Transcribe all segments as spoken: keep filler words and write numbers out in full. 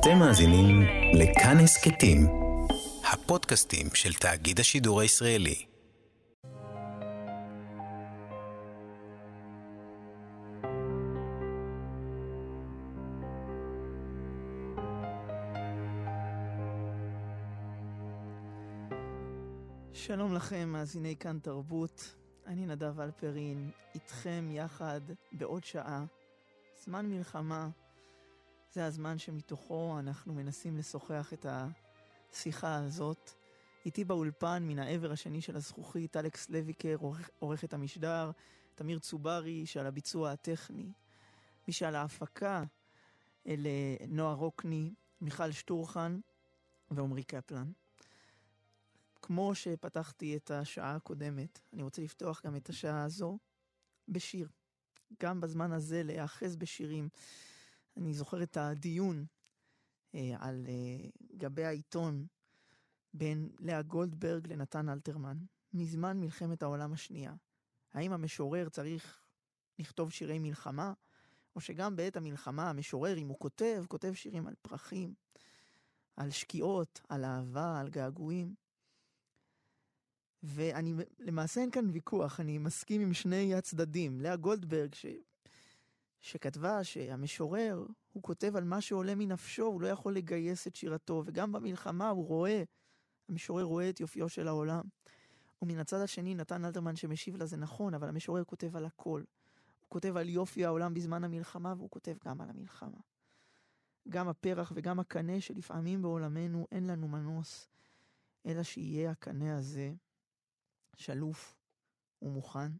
אתם מאזינים לכאן הסכתים, הפודקאסטים של תאגיד השידור הישראלי. שלום לכם, מאזיני כאן תרבות. אני נדב אלפרין, איתכם יחד בעוד שעה. זמן מלחמה, זה הזמן שמתוכו אנחנו מנסים לשוחח את השיחה הזאת. איתי באולפן מן העבר השני של הזכוכית, אלכס לויקר, עורך, עורכת המשדר, תמיר צוברי שעל הביצוע הטכני, מי שעל ההפקה אלה נועה רוקני, מיכל שטורחן ועומרי קפלן. כמו שפתחתי את השעה הקודמת, אני רוצה לפתוח גם את השעה הזו בשיר. גם בזמן הזה להיאחז בשירים. אני זוכר את הדיון אה, על אה, גבי העיתון בין לאה גולדברג לנתן אלתרמן, מזמן מלחמת העולם השנייה. האם המשורר צריך לכתוב שירי מלחמה, או שגם בעת המלחמה המשורר, אם הוא כותב, כותב שירים על פרחים, על שקיעות, על אהבה, על געגועים. ואני, למעשה אין כאן ויכוח, אני מסכים עם שני הצדדים. לאה גולדברג ש... שכתבה שהמשורר, הוא כותב על מה שעולה מנפשו, הוא לא יכול לגייס את שירתו, וגם במלחמה הוא רואה, המשורר רואה את יופיו של העולם. ומן הצד השני נתן אלתרמן שמשיב לה זה נכון, אבל המשורר כותב על הכל. הוא כותב על יופי העולם בזמן המלחמה, והוא כותב גם על המלחמה. גם הפרח וגם הקנה שלפעמים בעולמנו אין לנו מנוס, אלא שיהיה הקנה הזה שלוף ומוכן.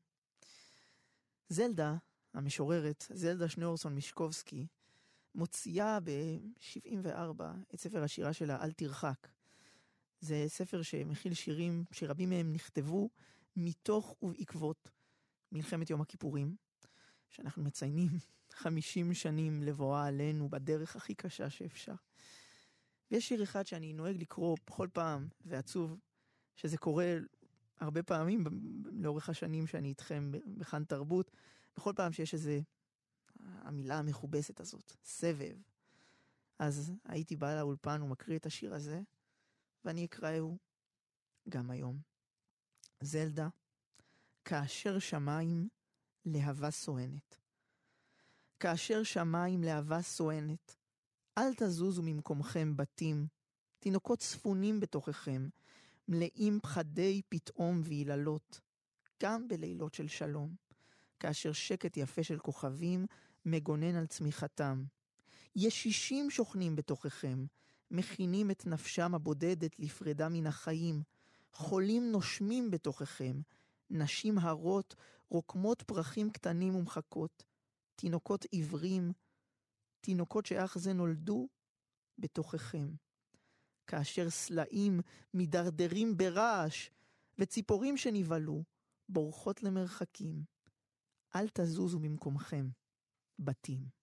זלדה, המשוררת, זלדה שנורסון מישקובסקי, מוציאה ב-שבעים וארבע את ספר השירה שלה, אל תרחק. זה ספר שמכיל שירים שרבים מהם נכתבו מתוך ובעקבות מלחמת יום הכיפורים, שאנחנו מציינים חמישים שנים לבואה עלינו בדרך הכי קשה שאפשר. ויש שיר אחד שאני נוהג לקרוא בכל פעם, ועצוב שזה קורה הרבה פעמים לאורך השנים שאני איתכם בכאן תרבות, בכל פעם שיש איזה, המילה המכובסת הזאת, סבב. אז הייתי בא לאולפן ומקריא את השיר הזה, ואני אקראהו גם היום. זלדה, כאשר שמיים להבה סואנת. כאשר שמיים להבה סואנת, אל תזוזו ממקומכם בתים, תינוקות צפונים בתוככם, מלאים פחדי פתאום ויללות, גם בלילות של שלום, כאשר שקט יפה של כוכבים מגונן על צמיחתם. ישישים שוכנים בתוככם, מכינים את נפשם הבודדת לפרדה מן החיים, חולים נושמים בתוככם, נשים הרות רוקמות פרחים קטנים ומחכות, תינוקות עיוורים, תינוקות שאך זה נולדו בתוככם. כאשר סלעים מדרדרים ברעש, וציפורים שנבלו, בורחות למרחקים. אל תזוזו ממקומכם, בתים.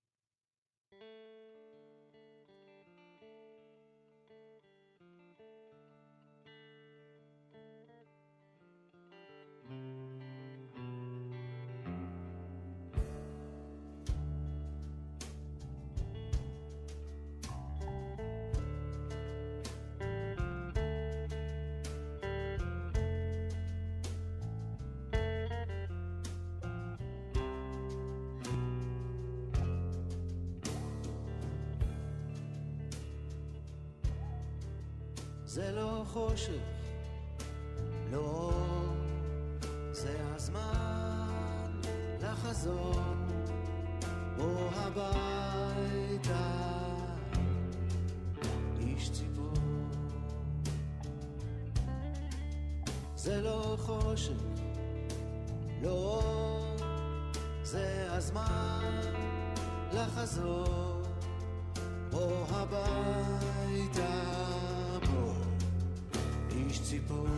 זה לא חושך, לא, זה הזמן לחזור בו הביתה, איש ציפור. זה לא חושך, לא, זה הזמן לחזור בו הביתה, איש ציפור.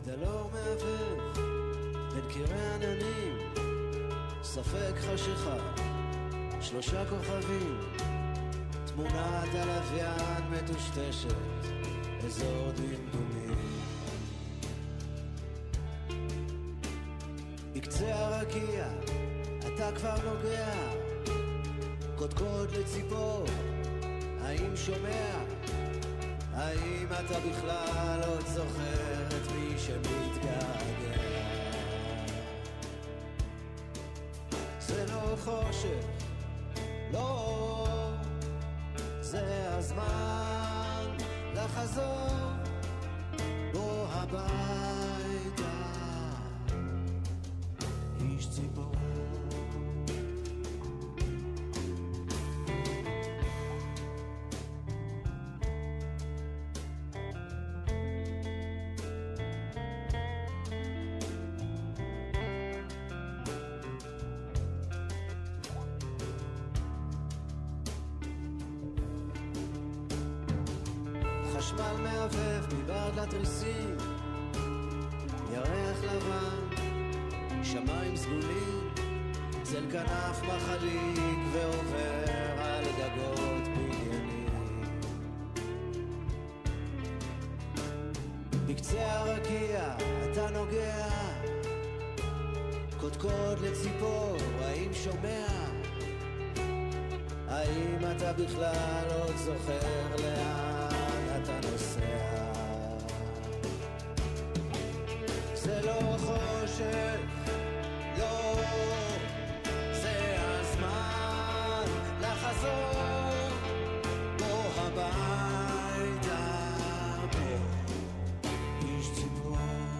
מגדלור מעבב בין קירי עננים, ספק חשיכה, שלושה כוכבים, תמונת הלוויין מטושטשת, אזור דמדומים. בקצה הרקיע אתה כבר נוגע, קודקוד לציפור, האם שומע? האם אתה בכלל עוד זוכר את מי שמתגעגע? זה לא חושך, לא, זה הזמן לחזור בו הביתה, איש ציפור. חשמל מעבב מבעד לתריסים, ירח לבן, שמיים סגולים, צל כנף מחליק ועובר על גגות בניינים. בקצה הרקיע אתה נוגע, קודקוד לציפור, האם שומע? האם אתה בכלל עוד זוכר לאן אתה נוסע? זה לא חושך, לא, זה הזמן לחזור בו הביתה, בו איש ציפור.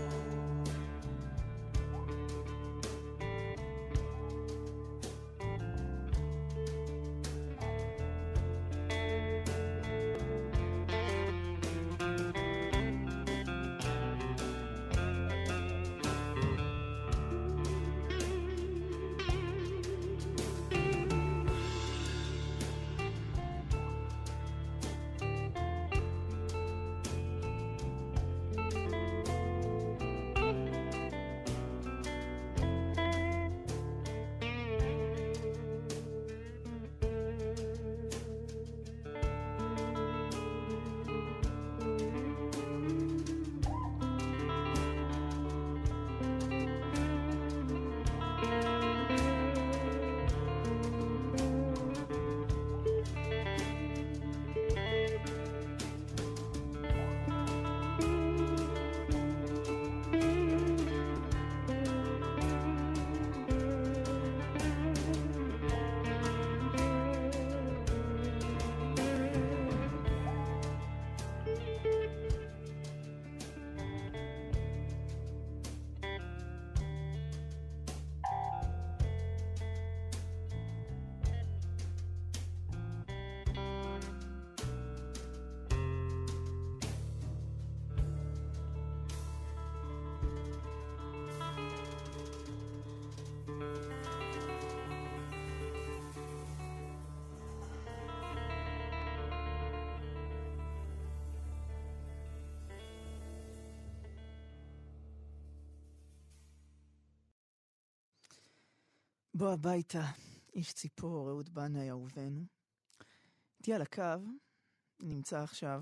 בוא הביתה, איש ציפור, אהוד בנאי אהובנו. איתי על הקו נמצא עכשיו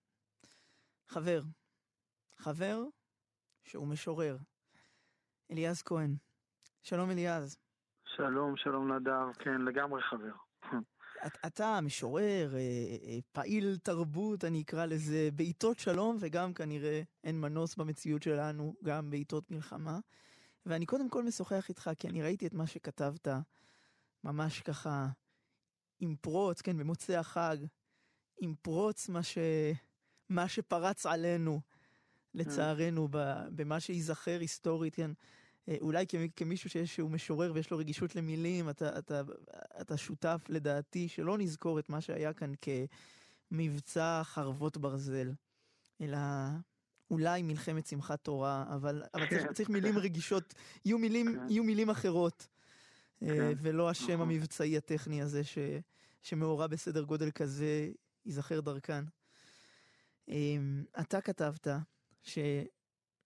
חבר, חבר שהוא משורר, אליעז כהן. שלום אליעז. שלום, שלום נדב, כן, לגמרי חבר. אתה משורר, פעיל תרבות, אני אקרא לזה, בעיתות שלום, וגם כנראה אין מנוס במציאות שלנו, גם בעיתות מלחמה. ואני קודם כל משוחח איתך, כי אני ראיתי את מה שכתבת, ממש ככה, עם פרוץ, כן, במוצאי החג, עם פרוץ מה, ש... מה שפרץ עלינו, לצערנו, במה שיזכר היסטורית, כן. אולי כמישהו שהוא משורר ויש לו רגישות למילים, אתה, אתה, אתה שותף לדעתי שלא נזכור את מה שהיה כאן כמבצע חרבות ברזל, אלא אולי מלחמת שמחת תורה, אבל, אבל צריך, צריך מילים רגישות, יהיו מילים, יהיו מילים אחרות, ולא השם המבצעי הטכני הזה ש, שמעורב בסדר גודל כזה ייזכר דרכן. אתה כתבת ש...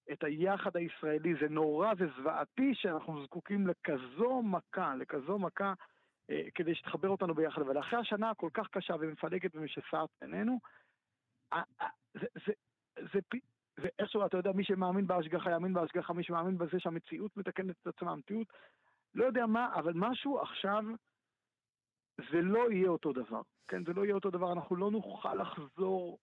את היחד הישראלי. זה נורא וזוועתי שאנחנו זקוקים לכזו מכה, לכזו מכה, אה, כדי שתחבר אותנו ביחד. אבל אחרי השנה הכל כך קשה ומפלגת ומשסעת בינינו, אה, אה, זה, זה, זה, זה, זה איכשהו, אתה יודע, מי שמאמין בהשגחה, יאמין בהשגחה, מי שמאמין בזה שהמציאות מתקנת את עצמה, המציאות, לא יודע מה, אבל משהו עכשיו, זה לא יהיה אותו דבר. כן, זה לא יהיה אותו דבר, אנחנו לא נוכל לחזור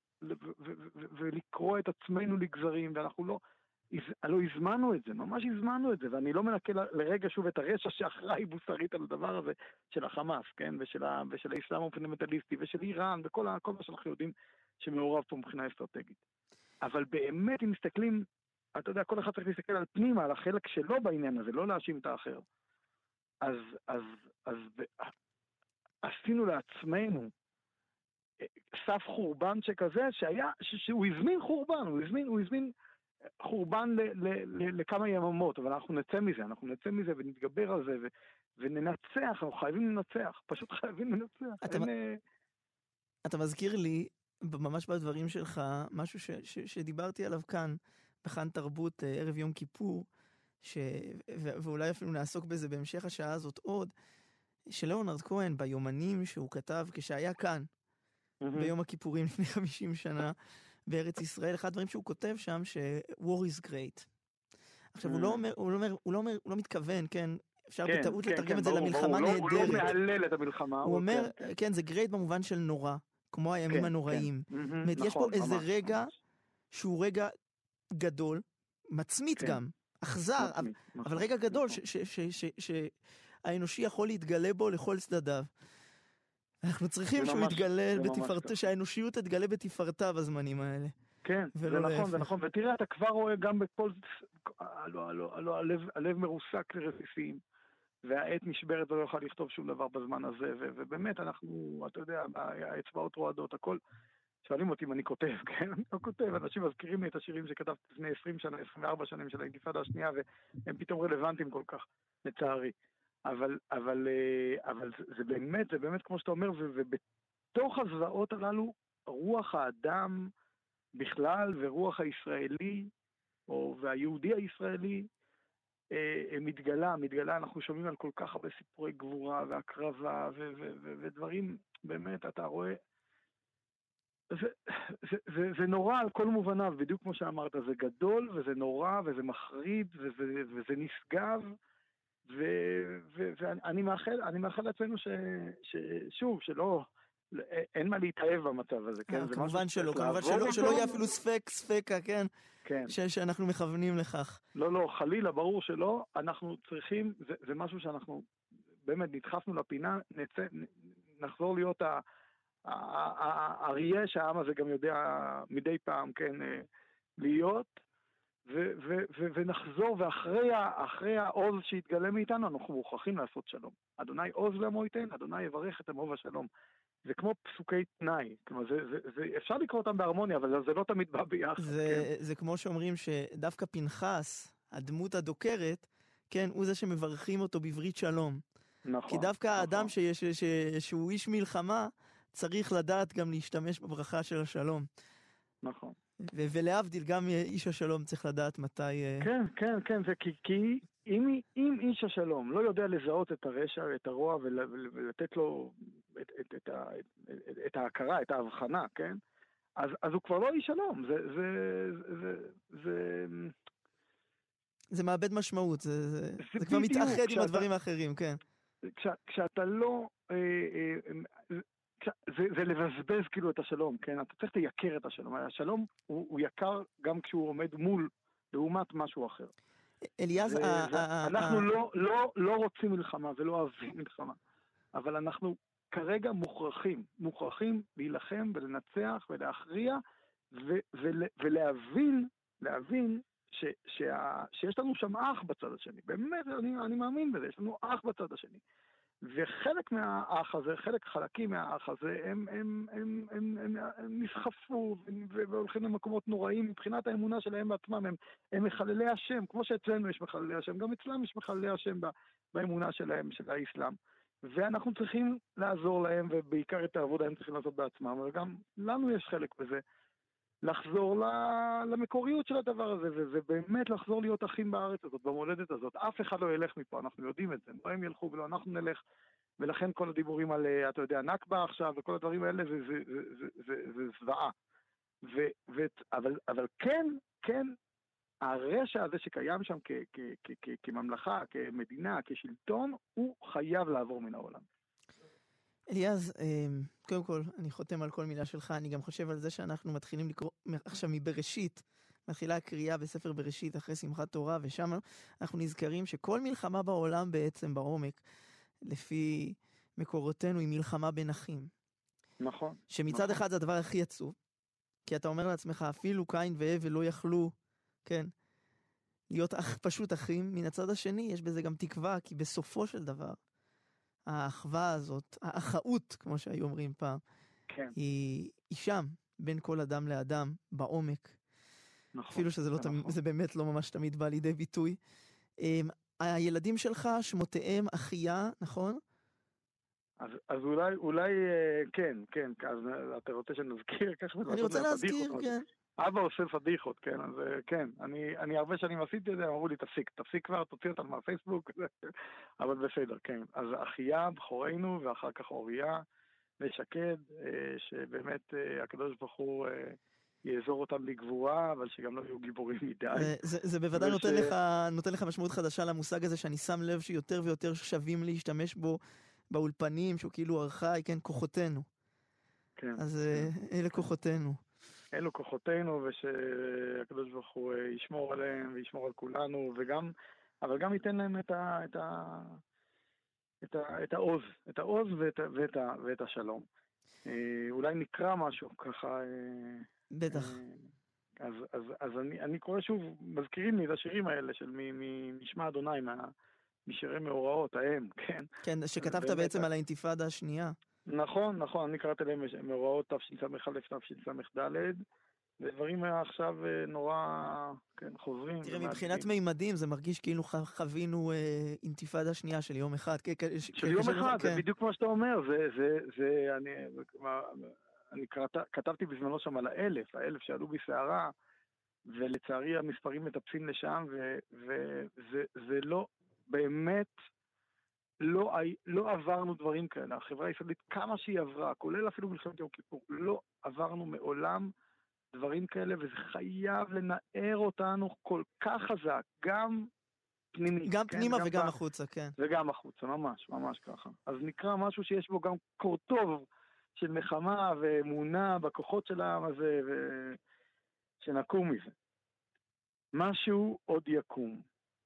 ולקרוא את עצמנו לגזרים, ואנחנו לא, לא הזמנו את זה, ממש הזמנו את זה, ואני לא מנקה לרגע שוב את הרשע שאחראי בוסרית על הדבר הזה של החמאס, כן, ושל, ה, ושל האסלאם הפונדמנטליסטי, ושל איראן, וכל ה, כל מה שאנחנו יודעים שמעורב פה מבחינה אסטרטגית. אבל באמת, אם מסתכלים, אתה יודע, כל אחד צריך להסתכל על פנימה, על החלק שלו בעניין הזה, לא להאשים את האחר. אז, אז, אז, עשינו לעצמנו סף חורבן שכזה, שהיה, שהוא הזמין חורבן, הוא הזמין, הוא הזמין חורבן ל, ל, ל, לכמה יממות, אבל אנחנו נצא מזה, אנחנו נצא מזה ונתגבר על זה, ו, וננצח, אנחנו חייבים לנצח, פשוט חייבים לנצח. אתה, אין, אתה מזכיר לי, ממש בדברים שלך, משהו ש, ש, שדיברתי עליו כאן, בכאן תרבות, ערב יום כיפור, ש, ו, ואולי אפילו נעסוק בזה בהמשך השעה הזאת עוד, שלאונרד כהן ביומנים שהוא כתב כשהיה כאן, mm-hmm. ביום הכיפורים לפני חמישים שנה, בארץ ישראל, אחד הדברים שהוא כותב שם, ש-war is great. עכשיו, mm-hmm. הוא, לא אומר, הוא, לא אומר, הוא, לא אומר, הוא לא מתכוון, כן, אפשר כן, בטעות כן, לתרגם כן, את זה ברור, למלחמה ברור, נהדרת. הוא לא מהלל את המלחמה. הוא אומר, כן, כן. כן, זה great במובן של נורא, כמו הימים כן, הנוראים. כן. Mm-hmm, נכון, יש פה ממש, איזה רגע, ממש. שהוא רגע גדול, מצמית כן. גם, אכזר, אבל, נכון, אבל רגע גדול, נכון. ש... ש, ש, ש, ש האנושי יכול להתגלה בו לכל צדדיו. אנחנו צריכים שהוא יתגלה בתפארתו, שהאנושיות תתגלה בתפארתה בזמנים האלה. כן, זה נכון, זה נכון. ותראה, אתה כבר רואה גם בכל, הלב מרוסק לרסיסים, והעת נשברת ולא יכול לכתוב שום דבר בזמן הזה, ובאמת אנחנו, אתה יודע, האצבעות רועדות, הכל, שואלים אותי אם אני כותב, כן? אני לא כותב, אנשים מזכירים לי את השירים שכתבתי לפני עשרים שנה, עשרים וארבע שנים של האינתיפאדה השנייה, והם פתאום רלוונטיים כל כך, לצערי. אבל, אבל, אבל זה באמת, זה באמת כמו שאתה אומר, ובתוך הזוועות הללו, רוח האדם בכלל, ורוח הישראלי, או והיהודי הישראלי, מתגלה, מתגלה, אנחנו שומעים על כל כך הרבה סיפורי גבורה, והקרבה, ו- ו- ו- ודברים, באמת, אתה רואה, זה, זה, זה, זה נורא על כל מובניו, בדיוק כמו שאמרת, זה גדול, וזה נורא, וזה מחריד, וזה, וזה נשגב, ואני מאחל, אני מאחל לעצמנו ששוב, שלא, אין מה להתאהב במצב הזה, כן? כמובן שלא, כמובן שלא יהיה אפילו ספק, ספקה, כן? שאנחנו מכוונים לכך. לא, לא, חלילה, ברור שלא, אנחנו צריכים, זה משהו שאנחנו באמת נדחפנו לפינה, נחזור להיות האריה שהעם הזה גם יודע מדי פעם, כן, להיות, ו- ו- ו- ונחזור, ואחרי אחרי העוז שהתגלה מאיתנו, אנחנו מוכרחים לעשות שלום. אדוני עוז לעמו ייתן, אדוני יברך את עמו בשלום. זה כמו פסוקי תנאי, כלומר, זה, זה, זה, אפשר לקרוא אותם בהרמוניה, אבל זה לא תמיד בא ביחד. זה, כן. זה כמו שאומרים שדווקא פנחס, הדמות הדוקרת, כן, הוא זה שמברכים אותו בברית שלום. נכון. כי דווקא נכון. האדם שיש, ש, שהוא איש מלחמה, צריך לדעת גם להשתמש בברכה של השלום. נכון. ו- ולהבדיל, גם איש השלום צריך לדעת מתי... כן, כן, כן, זה כי, כי אם, אם איש השלום לא יודע לזהות את הרשע, את הרוע, ול, ולתת לו את, את, את, את, את ההכרה, את ההבחנה, כן? אז, אז הוא כבר לא איש שלום, זה... זה, זה, זה... זה מאבד משמעות, זה, זה, זה, זה כבר מתאחד כשאתה, עם הדברים האחרים, כן. כש, כשאתה לא... אה, אה, זה, זה לבזבז כאילו את השלום, כן? אתה צריך לייקר את השלום. השלום הוא, הוא יקר גם כשהוא עומד מול, לעומת משהו אחר. אליעז, זה, ה- זה, ה- אנחנו ה- לא, לא, לא רוצים מלחמה ולא אוהבים מלחמה, אבל אנחנו כרגע מוכרחים, מוכרחים להילחם ולנצח ולהכריע ו- ול- ולהבין, להבין ש- שה- שיש לנו שם אח בצד השני. באמת, אני, אני מאמין בזה, יש לנו אח בצד השני. וחלק מהאח הזה, חלק חלקים מהאח הזה, הם, הם, הם, הם, הם, הם נסחפו והולכים למקומות נוראים מבחינת האמונה שלהם בעצמם, הם, הם מחללי השם, כמו שאצלנו יש מחללי השם, גם אצלם יש מחללי השם באמונה שלהם, של האסלאם. ואנחנו צריכים לעזור להם, ובעיקר את העבודה הם צריכים לעשות בעצמם, אבל גם לנו יש חלק בזה. לחזור למקוריות של הדבר הזה, ובאמת לחזור להיות אחים בארץ הזאת, במולדת הזאת. אף אחד לא ילך מפה, אנחנו יודעים את זה. לא הם ילכו ולא אנחנו נלך, ולכן כל הדיבורים על, אתה יודע, נכבה עכשיו, וכל הדברים האלה, זה, זה, זה, זה, זה, זה זוועה. ו, ו, אבל, אבל כן, כן, הרשע הזה שקיים שם כ, כ, כ, כ, כממלכה, כמדינה, כשלטון, הוא חייב לעבור מן העולם. אליעז, קודם כל, אני חותם על כל מילה שלך, אני גם חושב על זה שאנחנו מתחילים לקרוא עכשיו מבראשית, מתחילה הקריאה בספר בראשית אחרי שמחת תורה, ושם אנחנו נזכרים שכל מלחמה בעולם בעצם בעומק, לפי מקורותינו, היא מלחמה בין אחים. נכון. שמצד נכון. אחד זה הדבר הכי עצוב, כי אתה אומר לעצמך, אפילו קין והבל לא יכלו, כן, להיות אח, פשוט אחים. מן הצד השני, יש בזה גם תקווה, כי בסופו של דבר, האחווה הזאת, האחאות, כמו שהיו אומרים פעם, כן. היא, היא שם, בין כל אדם לאדם, בעומק. נכון. אפילו שזה לא זה, תמיד, נכון. זה באמת לא ממש תמיד בא לידי ביטוי. Um, הילדים שלך, שמותיהם אחיה, נכון? אז, אז אולי, אולי, כן, כן, אז אתה רוצה שנזכיר ככה? אני רוצה להזכיר, כן. אבא עושה פדיחות, כן, אז כן, אני, אני הרבה שנים עשיתי את זה, אמרו לי, תפסיק, תפסיק כבר, תוציא אותנו מהפייסבוק, אבל בסדר, כן. אז אחיה, בחורנו, ואחר כך אוריה ושקד, שבאמת הקדוש ברוך הוא יעזור אותם לגבורה, אבל שגם לא יהיו גיבורים מדי. זה, זה בוודאי נותן לך, נותן לך משמעות חדשה למושג הזה, שאני שם לב שיותר ויותר שווים להשתמש בו באולפנים, שהוא כאילו ארכאי, כן, כוחותינו. כן. אז אלה כוחותינו. אלו כוחותינו, ושהקדוש ברוך הוא ישמור עליהם, וישמור על כולנו, וגם, אבל גם ייתן להם את ה, את ה, את ה, את העוז, את העוז ואת, ואת, ואת השלום. אולי נקרא משהו ככה. בטח. אז, אז, אז אני, אני קורא שוב, מזכירים לי את השירים האלה של משמע אדוני, משירי מאורעות, ההם, כן? כן, שכתבת בעצם על האינתיפאדה השנייה. נכון, נכון, אני קראתי להם מאורעות תשס"א, תשס"ד, ודברים עכשיו נורא, כן, חוזרים. תראה, מבחינת מימדים, זה מרגיש כאילו חווינו אה, אינתיפאדה שנייה של יום אחד. של יום אחד, זה בדיוק מה שאתה אומר, זה, זה, זה, אני, אני כתבתי בזמנו שם על האלף, האלף שעלו בסערה, ולצערי המספרים מטפסים לשם, וזה לא, באמת, לא, לא עברנו דברים כאלה. החברה הישראלית, כמה שהיא עברה, כולל אפילו מלחמת יום כיפור, לא עברנו מעולם דברים כאלה, וזה חייב לנער אותנו כל כך חזק, גם פנימית. גם כן? פנימה גם וגם פ... החוצה, כן. וגם החוצה, ממש, ממש ככה. אז נקרא משהו שיש בו גם קור טוב של נחמה ואמונה בכוחות של העם הזה, ושנקום מזה. משהו עוד יקום.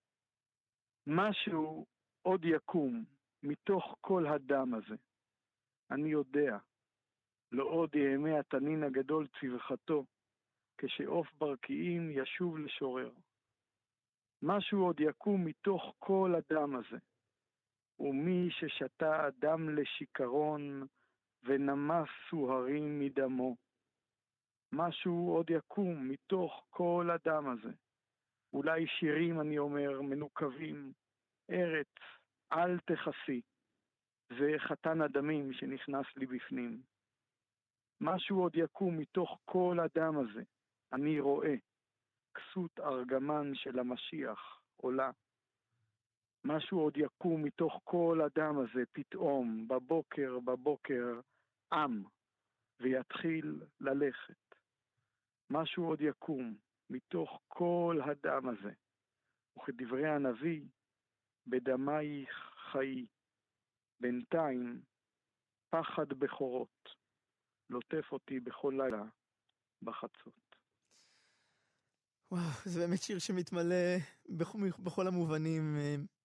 משהו עוד יקום מתוך כל הדם הזה. אני יודע, לא עוד ימי התנין הגדול צווחתו, כשעוף ברקיעים ישוב לשורר. משהו עוד יקום מתוך כל הדם הזה. ומי ששתה אדם לשיקרון ונמס סוהרים מדמו. משהו עוד יקום מתוך כל הדם הזה. אולי שירים, אני אומר, מנוקבים, ארץ, אל תחסי, זה חתן הדמים שנכנס לי בפנים. משהו עוד יקום מתוך כל הדם הזה, אני רואה, כסות ארגמן של המשיח עולה. משהו עוד יקום מתוך כל הדם הזה, פתאום, בבוקר, בבוקר, עם, ויתחיל ללכת. משהו עוד יקום מתוך כל הדם הזה, וכדברי הנביא, בדמייך חיי, בינתיים פחד בחורות, לוטף אותי בכל לילה בחצות. וואו, זה באמת שיר שמתמלא בכל, בכל המובנים,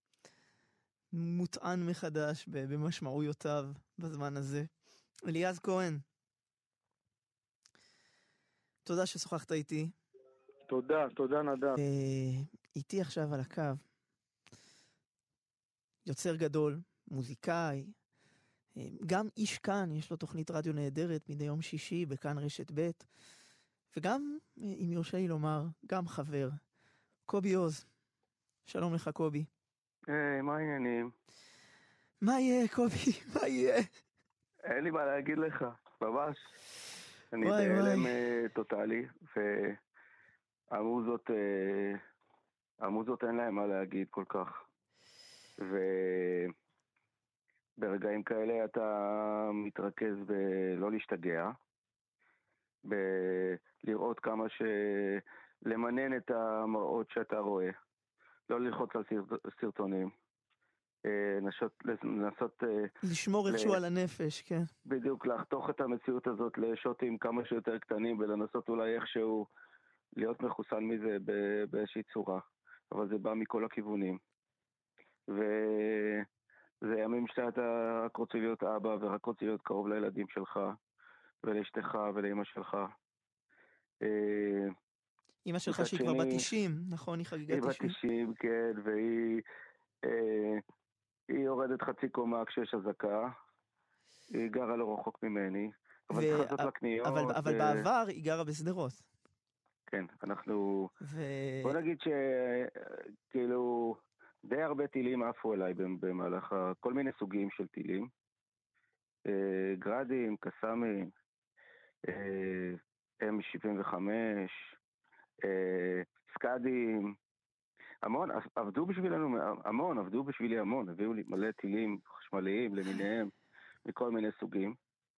מוטען מחדש במשמעויותיו בזמן הזה. אליעז כהן, תודה ששוחחת איתי. תודה, תודה נדב. איתי עכשיו על הקו, יוצר גדול, מוזיקאי, גם איש כאן, יש לו תוכנית רדיו נהדרת מדי יום שישי בכאן רשת ב', וגם, אם יורשה לי לומר, גם חבר, קובי עוז. שלום לך קובי. היי, מה העניינים? מה יהיה קובי? מה יהיה? אין לי מה להגיד לך, ממש. אני וואי, בהלם וואי. אה, טוטלי, והמוזות, אה, המוזות אין להם מה להגיד כל כך. וברגעים כאלה אתה מתרכז בלא להשתגע, בלראות כמה ש... למנן את המראות שאתה רואה, לא ללחוץ על סרט... סרטונים, אה, לנסות, לנסות אה, לשמור ל... איכשהו על הנפש, כן. בדיוק לחתוך את המציאות הזאת לשוטים כמה שיותר קטנים ולנסות אולי איכשהו להיות מחוסן מזה ב- באיזושהי צורה, אבל זה בא מכל הכיוונים. וזה ימים שאתה רק רוצה להיות אבא ורק רוצה להיות קרוב לילדים שלך ולאשתך ולאמא שלך. אה, אמא שלך מצד שהיא כבר בת שני, תשעים, נכון? היא חגיגת היא בת תשעים. תשעים, כן, והיא אה, היא יורדת חצי קומה כשיש אזעקה, היא גרה לא רחוק ממני, אבל ו... צריך לעשות לה קניות. אבל, אבל ו... בעבר היא גרה בשדרות. כן, אנחנו... ו... בוא נגיד שכאילו די הרבה טילים עפו אליי במהלך כל מיני סוגים של טילים. אה, גרדים, קסאמים, אה, אם שבעים וחמש, אה, סקאדים, המון, עבדו בשבילנו, המון, עבדו בשבילי המון, הביאו לי מלא טילים חשמליים למיניהם, מכל מיני סוגים.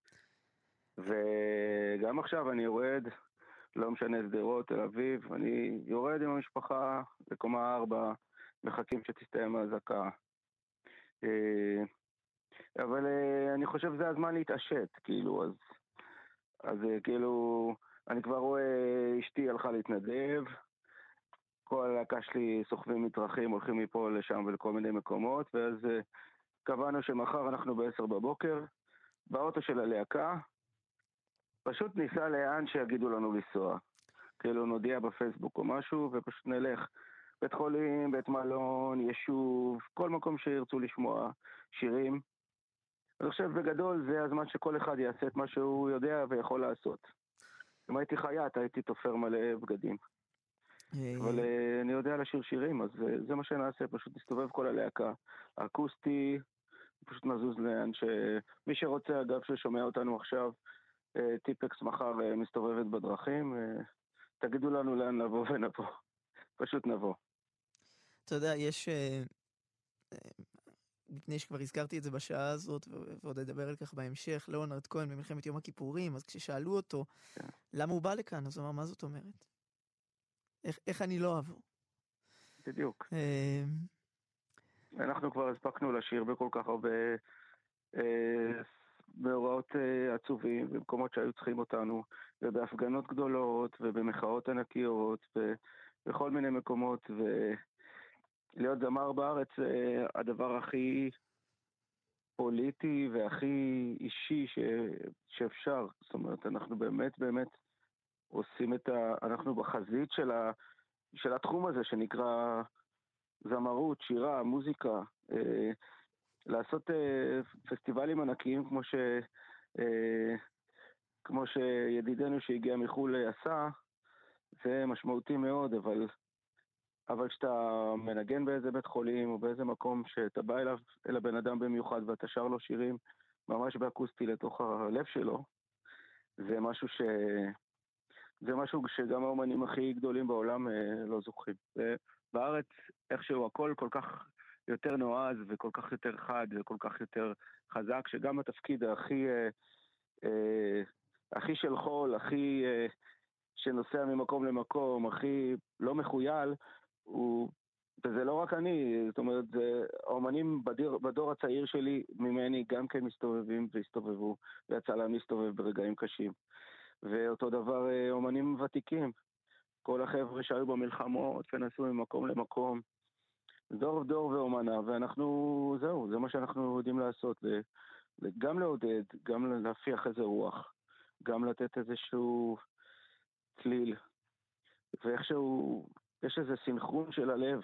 וגם עכשיו אני יורד, לא משנה שדרות, תל אביב, אני יורד עם המשפחה לקומה ארבע, מחכים שתסתיים האזעקה. אה, אבל אה, אני חושב שזה הזמן להתעשת, כאילו, אז, אז אה, כאילו, אני כבר רואה אשתי הלכה להתנדב, כל הלהקה שלי סוחבים מטרחים, הולכים מפה לשם ולכל מיני מקומות, ואז אה, קבענו שמחר אנחנו בעשר בבוקר, באוטו של הלהקה, פשוט ניסע לאן שיגידו לנו לנסוע. כאילו נודיע בפייסבוק או משהו, ופשוט נלך. בית חולים, בית מלון, יישוב, כל מקום שירצו לשמוע שירים. אני חושב בגדול זה הזמן שכל אחד יעשה את מה שהוא יודע ויכול לעשות. אם הייתי חייט, הייתי תופר מלא בגדים. אבל uh, אני יודע לשיר שירים, אז uh, זה מה שנעשה, פשוט נסתובב כל הלהקה. האקוסטי, פשוט נזוז לאן ש... מי שרוצה, אגב, ששומע אותנו עכשיו, uh, טיפקס מחר uh, מסתובבת בדרכים, uh, תגידו לנו לאן לבוא ונבוא. פשוט נבוא. אתה יודע, יש... מפני שכבר הזכרתי את זה בשעה הזאת, ועוד אדבר על כך בהמשך, ליאונרד כהן במלחמת יום הכיפורים, אז כששאלו אותו, למה הוא בא לכאן? אז הוא אמר, מה זאת אומרת? איך, איך אני לא אבוא? בדיוק. אנחנו כבר הספקנו לשיר בכל כך הרבה אה, מאורעות אה, עצובים, במקומות שהיו צריכים אותנו, ובהפגנות גדולות, ובמחאות ענקיות, ובכל מיני מקומות, ולהיות זמר בארץ זה הדבר הכי פוליטי והכי אישי ש... שאפשר. זאת אומרת, אנחנו באמת באמת עושים את ה... אנחנו בחזית של, ה... של התחום הזה שנקרא זמרות, שירה, מוזיקה, אה, לעשות אה, פסטיבלים ענקיים כמו ש... אה, כמו שידידנו שהגיע מחול עשה, זה משמעותי מאוד, אבל אבל כשאתה מנגן באיזה בית חולים או באיזה מקום שאתה בא אליו, אל הבן אדם במיוחד ואתה שר לו שירים ממש באקוסטי לתוך הלב שלו, זה משהו ש... זה משהו שגם האומנים הכי גדולים בעולם אה, לא זוכים. ובארץ איכשהו הכל כל כך יותר נועז וכל כך יותר חד וכל כך יותר חזק, שגם התפקיד הכי אה, אה, הכי של חול, הכי אה, שנוסע ממקום למקום, הכי לא מחוייל, הוא, וזה לא רק אני, זאת אומרת, זה, האומנים בדור, בדור הצעיר שלי ממני גם כן מסתובבים והסתובבו, ויצא להם להסתובב ברגעים קשים. ואותו דבר אומנים ותיקים, כל החבר'ה שהיו במלחמות ונסעו ממקום למקום, דור דור ואומנה, ואנחנו, זהו, זה מה שאנחנו יודעים לעשות, גם לעודד, גם להפיח איזה רוח, גם לתת איזשהו צליל, ואיכשהו יש איזה סינכרון של הלב,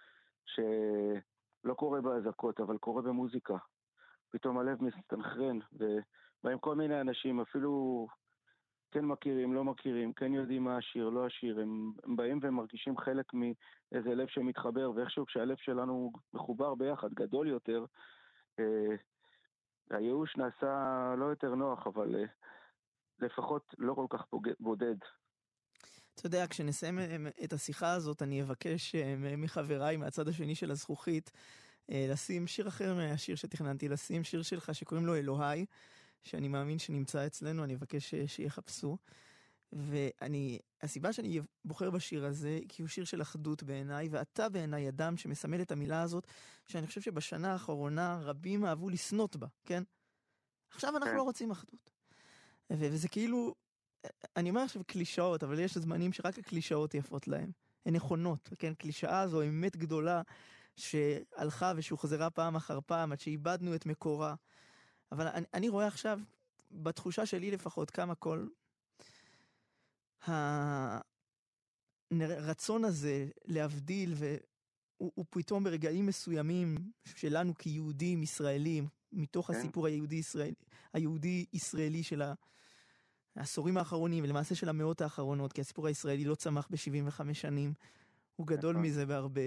שלא קורה באזעקות, אבל קורה במוזיקה. פתאום הלב מסתנכרן, ובאים כל מיני אנשים, אפילו כן מכירים, לא מכירים, כן יודעים מה השיר, לא השיר, הם, הם באים והם מרגישים חלק מאיזה לב שמתחבר, ואיכשהו כשהלב שלנו מחובר ביחד, גדול יותר, אה, הייאוש נעשה לא יותר נוח, אבל אה, לפחות לא כל כך בודד. אתה יודע, כשנסיים את השיחה הזאת, אני אבקש מחבריי מהצד השני של הזכוכית, לשים שיר אחר מהשיר שתכננתי, לשים שיר שלך שקוראים לו אלוהי, שאני מאמין שנמצא אצלנו, אני אבקש שיחפשו. ואני, הסיבה שאני בוחר בשיר הזה, כי הוא שיר של אחדות בעיניי, ואתה בעיניי אדם שמסמל את המילה הזאת, שאני חושב שבשנה האחרונה רבים אהבו לסנות בה, כן? עכשיו אנחנו לא רוצים אחדות. וזה כאילו, אני אומר עכשיו קלישאות, אבל יש זמנים שרק הקלישאות יפות להם. הן נכונות, כן? קלישאה זו אמת גדולה שהלכה ושוחזרה פעם אחר פעם, עד שאיבדנו את מקורה. אבל אני, אני רואה עכשיו, בתחושה שלי לפחות, כמה כל הרצון הזה להבדיל, והוא הוא פתאום ברגעים מסוימים שלנו כיהודים ישראלים, מתוך כן. הסיפור היהודי ישראלי, היהודי ישראלי של העשורים האחרונים, ולמעשה של המאות האחרונות, כי הסיפור הישראלי לא צמח ב-שבעים וחמש שנים, הוא גדול נכון. מזה בהרבה.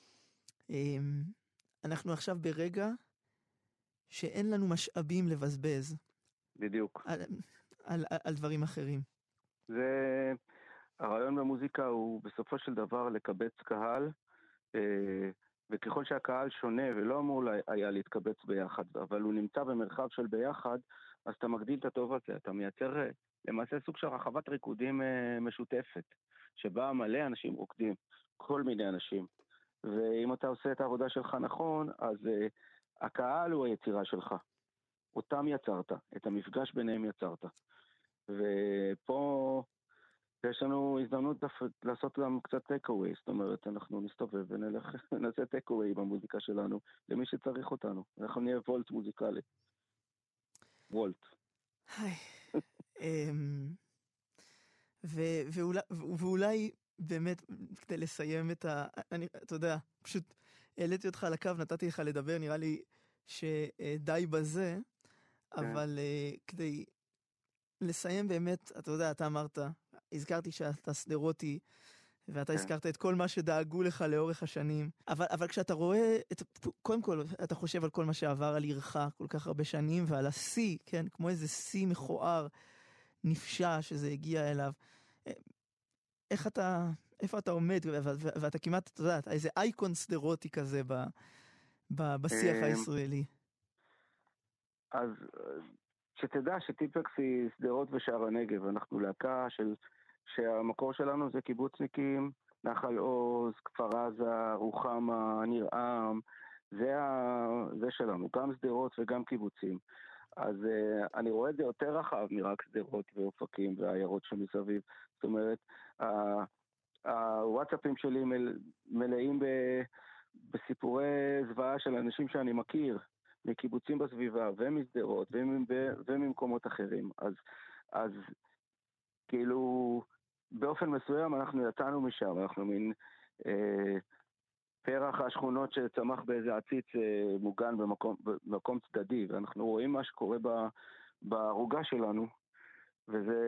אנחנו עכשיו ברגע שאין לנו משאבים לבזבז. בדיוק. על, על, על דברים אחרים. זה, הרעיון במוזיקה הוא בסופו של דבר לקבץ קהל, וככל שהקהל שונה ולא אמור היה להתקבץ ביחד, אבל הוא נמצא במרחב של ביחד, אז אתה מגדיל את הטוב הזה, אתה מייצר למעשה סוג של רחבת ריקודים משותפת, שבה מלא אנשים רוקדים, כל מיני אנשים. ואם אתה עושה את העבודה שלך נכון, אז הקהל הוא היצירה שלך. אותם יצרת, את המפגש ביניהם יצרת. ופה יש לנו הזדמנות לעשות גם קצת טייק-אווי, זאת אומרת, אנחנו נסתובב ונלך, נעשה טייק-אווי במוזיקה שלנו, למי שצריך אותנו. אנחנו נהיה וולט מוזיקלי. וולט. היי. ואולי באמת, כדי לסיים את ה... אתה יודע, פשוט העליתי אותך על הקו, נתתי לך לדבר, נראה לי שדי בזה, אבל כדי לסיים באמת, אתה יודע, אתה אמרת, הזכרתי שאתה סדרותי, ואתה הזכרת את כל מה שדאגו לך לאורך השנים, אבל, אבל כשאתה רואה, את, קודם כל, אתה חושב על כל מה שעבר על עירך כל כך הרבה שנים, ועל השיא, כן, כמו איזה שיא מכוער, נפשע שזה הגיע אליו. איך אתה, איפה אתה עומד, ואתה כמעט, אתה יודע, איזה אייקון סדרותי כזה ב, ב, בשיח הישראלי. אז שתדע שטיפקס היא סדרות ושער הנגב, אנחנו להקה של, שהמקור שלנו זה קיבוצניקים, נחל עוז, כפר עזה, רוחמה, ניר עם, זה, ה, זה שלנו, גם סדרות וגם קיבוצים. אז uh, אני רואה את זה יותר רחב מרק סדרות ואופקים והעיירות שמסביב. זאת אומרת, הוואטסאפים שלי מל, מלאים ב, בסיפורי זוועה של אנשים שאני מכיר, מקיבוצים בסביבה ומסדרות וממקומות אחרים. אז, אז כאילו, באופן מסוים אנחנו יצאנו משם, אנחנו מין אה, פרח השכונות שצמח באיזה עציץ אה, מוגן במקום, במקום צדדי, ואנחנו רואים מה שקורה ב, בערוגה שלנו, וזה,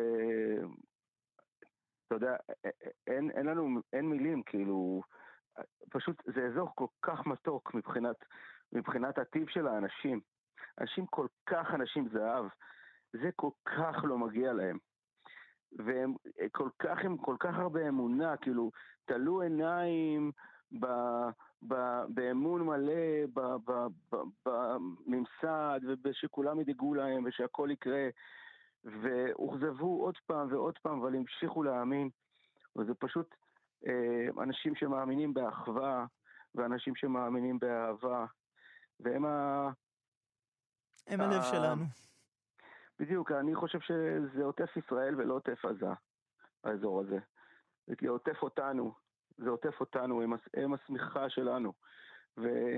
אתה יודע, אין, אין לנו, אין מילים, כאילו, פשוט זה אזור כל כך מתוק מבחינת, מבחינת הטיב של האנשים. אנשים כל כך אנשים זהב, זה כל כך לא מגיע להם. והם כל כך, הם כל כך הרבה אמונה, כאילו, תלו עיניים ב, ב, באמון מלא, ב, ב, ב, בממסד, ושכולם ידאגו להם, ושהכל יקרה, והוחזבו עוד פעם ועוד פעם, אבל המשיכו להאמין. וזה פשוט אנשים שמאמינים באחווה, ואנשים שמאמינים באהבה, והם ה... הם הלב ה... שלנו. בדיוק, אני חושב שזה עוטף ישראל ולא עוטף עזה, האזור הזה. זה כי עוטף אותנו, זה עוטף אותנו, הם, הם השמיכה שלנו. וזה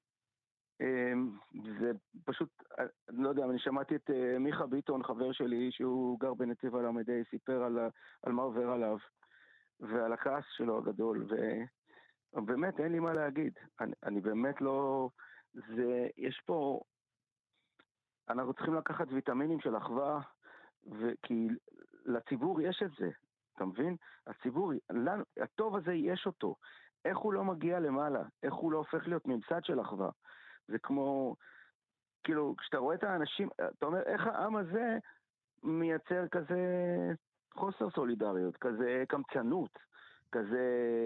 פשוט, אני לא יודע, אני שמעתי את מיכה ביטון, חבר שלי, שהוא גר בנתיב הלמדי, סיפר על, על מה עובר עליו, ועל הכעס שלו הגדול, ובאמת אין לי מה להגיד. אני, אני באמת לא... זה, יש פה... אנחנו צריכים לקחת ויטמינים של אחווה, כי לציבור יש את זה, אתה מבין? הציבור, לנו, הטוב הזה יש אותו. איך הוא לא מגיע למעלה? איך הוא לא הופך להיות ממסד של אחווה? זה כמו, כאילו, כשאתה רואה את האנשים, אתה אומר, איך העם הזה מייצר כזה חוסר סולידריות, כזה קמצנות, כזה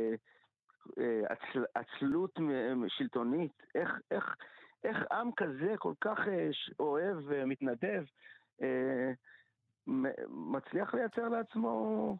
עצל, עצלות שלטונית. איך, איך, איך עם כזה כל כך אוהב ומתנדב מצליח לייצר לעצמו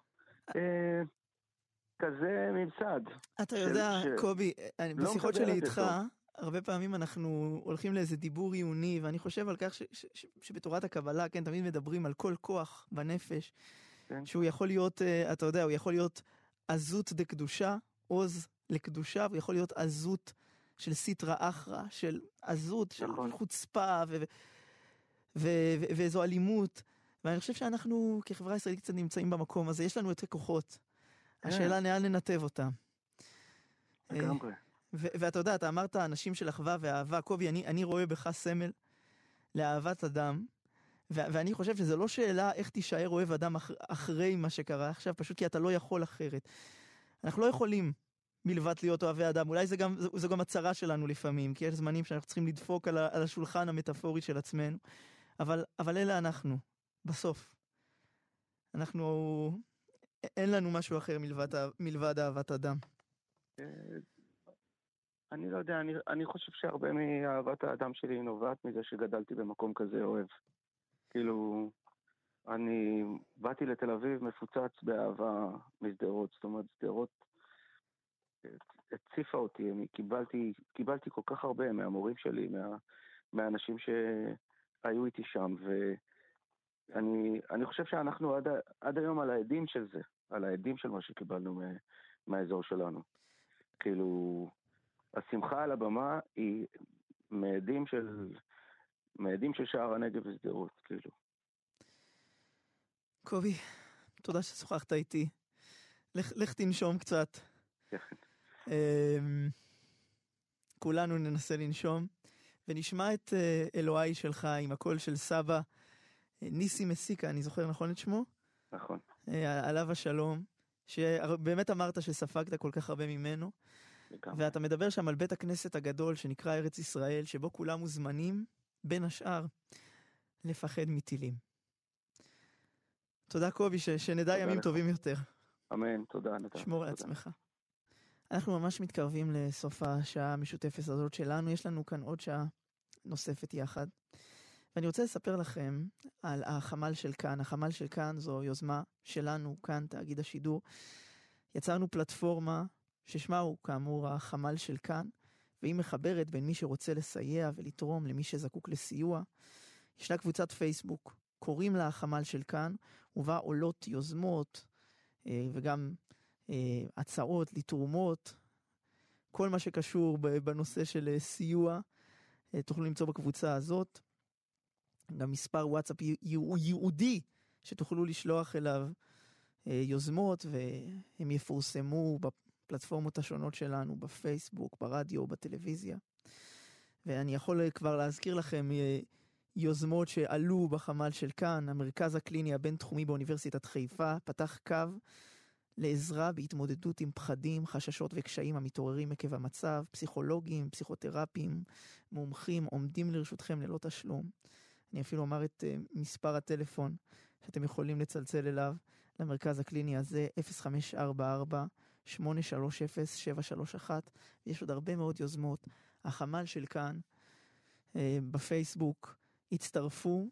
כזה ממסד. אתה יודע, קובי, בשיחות שלי איתך, הרבה פעמים אנחנו הולכים לאיזה דיבור עיוני, ואני חושב על כך ש, ש, ש, שבתורת הקבלה, כן, תמיד מדברים על כל כוח בנפש, כן. שהוא יכול להיות, אתה יודע, הוא יכול להיות עזות דקדושה, עוז לקדושה, והוא יכול להיות עזות של סיטרה אחרא, של עזות, נכון. של חוצפה, ו, ו, ו, ו, ואיזו אלימות, ואני חושב שאנחנו כחברה ישראלית קצת נמצאים במקום הזה, יש לנו את הכוחות, כן. השאלה לאן לנתב אותם. לגמרי. ואתה יודע, אתה אמרת אנשים של אחווה ואהבה, קובי, אני, אני רואה בך סמל לאהבת אדם, ו- ואני חושב שזה לא שאלה איך תישאר אוהב אדם אח- אחרי מה שקרה עכשיו, פשוט כי אתה לא יכול אחרת. אנחנו לא יכולים מלבד להיות אוהבי אדם, אולי זה גם, זה, זה גם הצרה שלנו לפעמים, כי יש זמנים שאנחנו צריכים לדפוק על, ה- על השולחן המטאפורי של עצמנו, אבל, אבל אלה אנחנו, בסוף. אנחנו, אין לנו משהו אחר מלבד, מלבד אהבת אדם. אני לא יודע, אני, אני חושב שהרבה מאהבת האדם שלי נובעת מזה שגדלתי במקום כזה אוהב. כאילו, אני באתי לתל אביב מפוצץ באהבה מסדרות, זאת אומרת, סדרות הציפה אותי, אני קיבלתי, קיבלתי כל כך הרבה מהמורים שלי, מה, מהאנשים שהיו איתי שם, ואני אני חושב שאנחנו עד, עד היום על העדים של זה, על העדים של מה שקיבלנו מה, מהאזור שלנו. כאילו, השמחה על הבמה היא מעדים של, מעדים של שער הנגב וסדרות, כאילו. קובי, תודה ששוחחת איתי. לך, לך תנשום קצת. כולנו ננסה לנשום, ונשמע את אלוהי שלך עם הקול של סבא, ניסי מסיקה, אני זוכר נכון את שמו? נכון. עליו השלום, שבאמת אמרת שספגת כל כך הרבה ממנו. ואתה מדבר שם על בית הכנסת הגדול שנקרא ארץ ישראל, שבו כולם מוזמנים, בין השאר, לפחד מטילים. תודה קובי, ש- שנדע ימים לך. טובים יותר. אמן, תודה. נדע. שמור על עצמך. אנחנו ממש מתקרבים לסוף השעה המשותפת הזאת שלנו, יש לנו כאן עוד שעה נוספת יחד. ואני רוצה לספר לכם על החמ"ל של כאן. החמ"ל של כאן זו יוזמה שלנו, כאן, תאגיד השידור. יצרנו פלטפורמה ששמה הוא כאמור החמ"ל של כאן, והיא מחברת בין מי שרוצה לסייע ולתרום למי שזקוק לסיוע. ישנה קבוצת פייסבוק, קוראים לה החמ"ל של כאן, ובה עולות יוזמות וגם הצעות לתרומות, כל מה שקשור בנושא של סיוע, תוכלו למצוא בקבוצה הזאת. גם מספר וואטסאפ ייעודי שתוכלו לשלוח אליו יוזמות, והם יפורסמו בפלטפורמות השונות שלנו, בפייסבוק, ברדיו, בטלוויזיה. ואני יכול כבר להזכיר לכם יוזמות שעלו בחמ"ל של כאן. המרכז הקליני הבינתחומי באוניברסיטת חיפה פתח קו לעזרה בהתמודדות עם פחדים, חששות וקשיים המתעוררים עקב המצב. פסיכולוגים, פסיכותרפים, מומחים עומדים לרשותכם ללא תשלום. אני אפילו אומר את uh, מספר הטלפון שאתם יכולים לצלצל אליו למרכז הקליני הזה, אפס חמש ארבע ארבע שמונה שלוש אפס שבע שלוש אחת. יש עוד הרבה מאוד יוזמות. החמ"ל של כאן uh, בפייסבוק הצטרפו,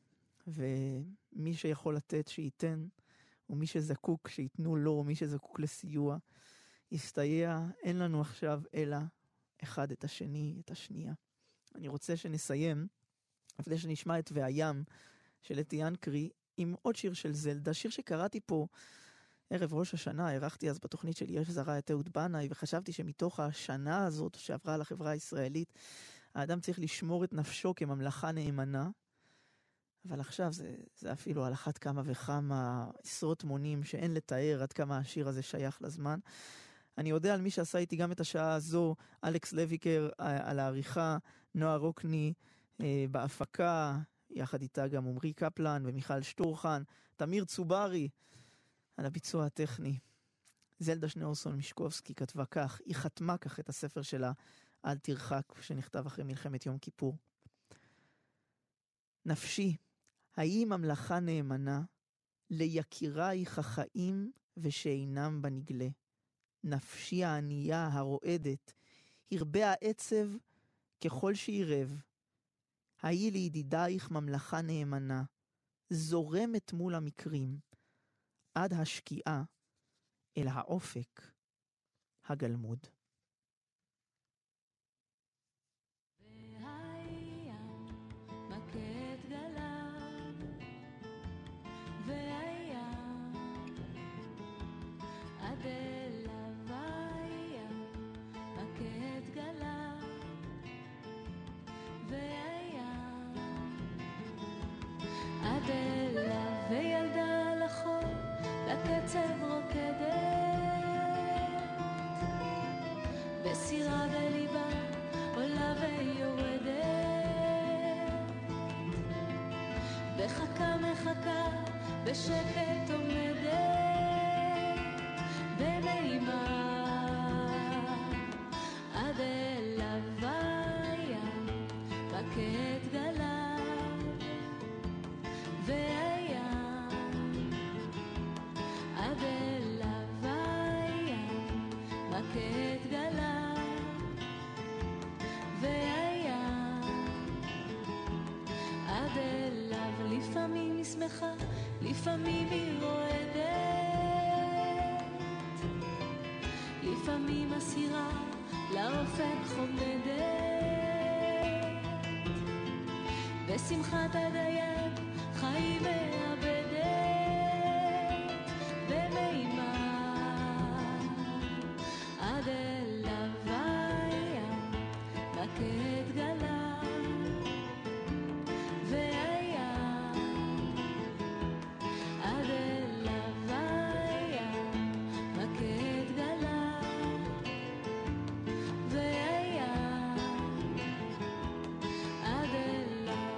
ומי שיכול לתת שייתן, ומי שזקוק שיתנו לו, מי שזקוק לסיוע יסתייע. אין לנו עכשיו אלא אחד את השני, את השנייה. אני רוצה שנסיים לפני שנשמע את והים של אתי ינקרי עם עוד שיר של זלדה, שיר שקראתי פה ערב ראש השנה. ערכתי אז בתוכנית של יש זרה את אהוד בנאי, וחשבתי שמתוך השנה הזאת שעברה על החברה הישראלית, האדם צריך לשמור את נפשו כממלכה נאמנה, אבל עכשיו זה, זה אפילו על אחת כמה וכמה עשרות מונים שאין לתאר עד כמה השיר הזה שייך לזמן. אני יודע על מי שעשה איתי גם את השעה הזו, אלכס לויקר על העריכה, נועה רוקני אה, בהפקה, יחד איתה גם עמרי קפלן ומיכל שטורחן, תמיר צוברי על הביצוע הטכני. זלדה שניאורסון משקובסקי כתבה כך, היא חתמה כך את הספר שלה, אל תרחק, שנכתב אחרי מלחמת יום כיפור. נפשי, האי ממלכה נאמנה, ליקירייך החיים ושאינם בנגלה. נפשי הענייה הרועדת, הרבה העצב ככל שירב. האי לידידייך ממלכה נאמנה, זורמת מול המקרים, עד השקיעה אל האופק הגלמוד. אדלה וילדה לחול, לקצב רוקדת, בסירה בליבה עולה ויורדת, בחכה מחכה בשקט עומדת, במימה אדלה ויה בקט גלה והים אדלה ויה בקט גלה והים אדלה ולפעמים היא שמחה לפעמים היא רועדת לפעמים הסירה לאופק חומדת בשמחת הדיין חי מאבדת במימה עד אל הוויה בקט גלה והים עד אל הוויה בקט גלה והים עד אל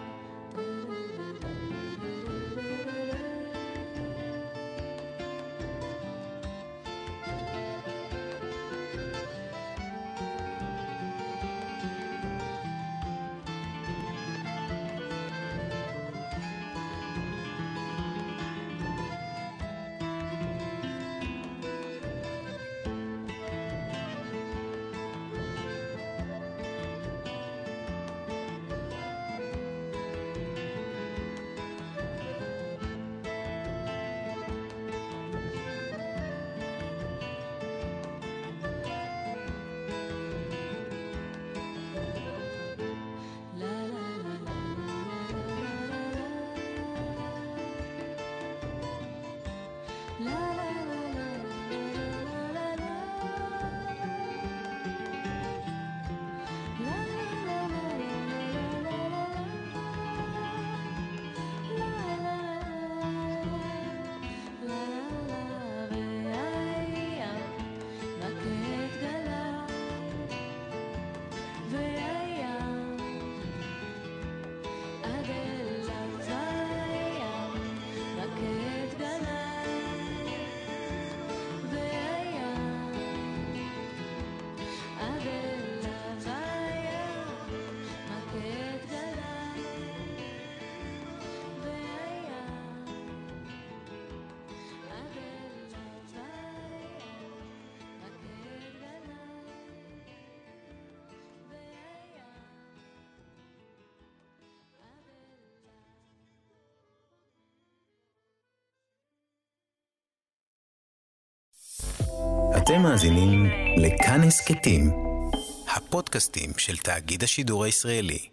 אתם מאזינים לכאן הסכתים, הפודקאסטים של תאגיד השידור הישראלי.